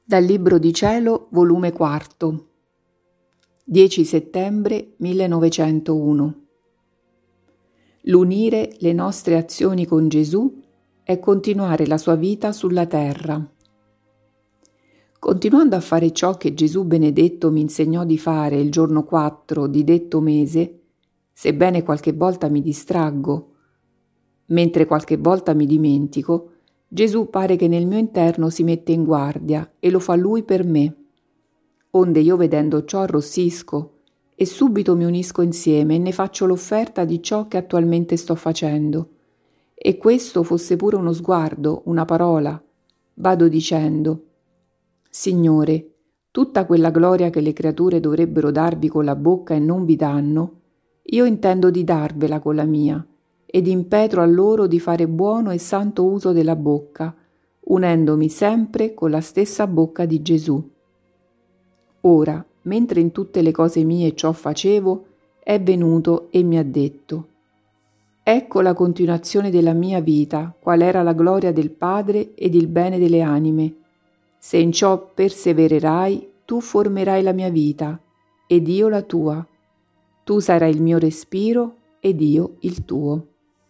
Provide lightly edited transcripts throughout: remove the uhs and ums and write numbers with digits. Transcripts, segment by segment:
Dal Libro di Cielo, volume 4, 10 settembre 1901. L'unire le nostre azioni con Gesù è continuare la sua vita sulla terra. Continuando a fare ciò che Gesù benedetto mi insegnò di fare il giorno 4 di detto mese, sebbene qualche volta mi distraggo, mentre qualche volta mi dimentico, Gesù pare che nel mio interno si mette in guardia e lo fa Lui per me. Onde io vedendo ciò arrossisco e subito mi unisco insieme e ne faccio l'offerta di ciò che attualmente sto facendo. E questo fosse pure uno sguardo, una parola, vado dicendo: Signore, tutta quella gloria che le creature dovrebbero darvi con la bocca e non vi danno, io intendo di darvela con la mia, ed impetro a loro di fare buono e santo uso della bocca, unendomi sempre con la stessa bocca di Gesù. Ora, mentre in tutte le cose mie ciò facevo, è venuto e mi ha detto: ecco la continuazione della mia vita, qual era la gloria del Padre ed il bene delle anime. Se in ciò persevererai, tu formerai la mia vita, ed io la tua. Tu sarai il mio respiro, ed io il tuo.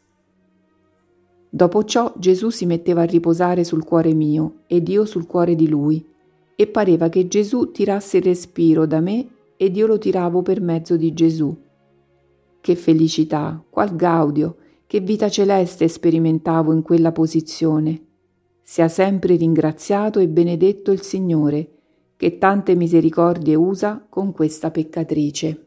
Dopo ciò Gesù si metteva a riposare sul cuore mio ed io sul cuore di Lui, e pareva che Gesù tirasse il respiro da me ed io lo tiravo per mezzo di Gesù. Che felicità, qual gaudio, che vita celeste sperimentavo in quella posizione. Sia sempre ringraziato e benedetto il Signore, che tante misericordie usa con questa peccatrice.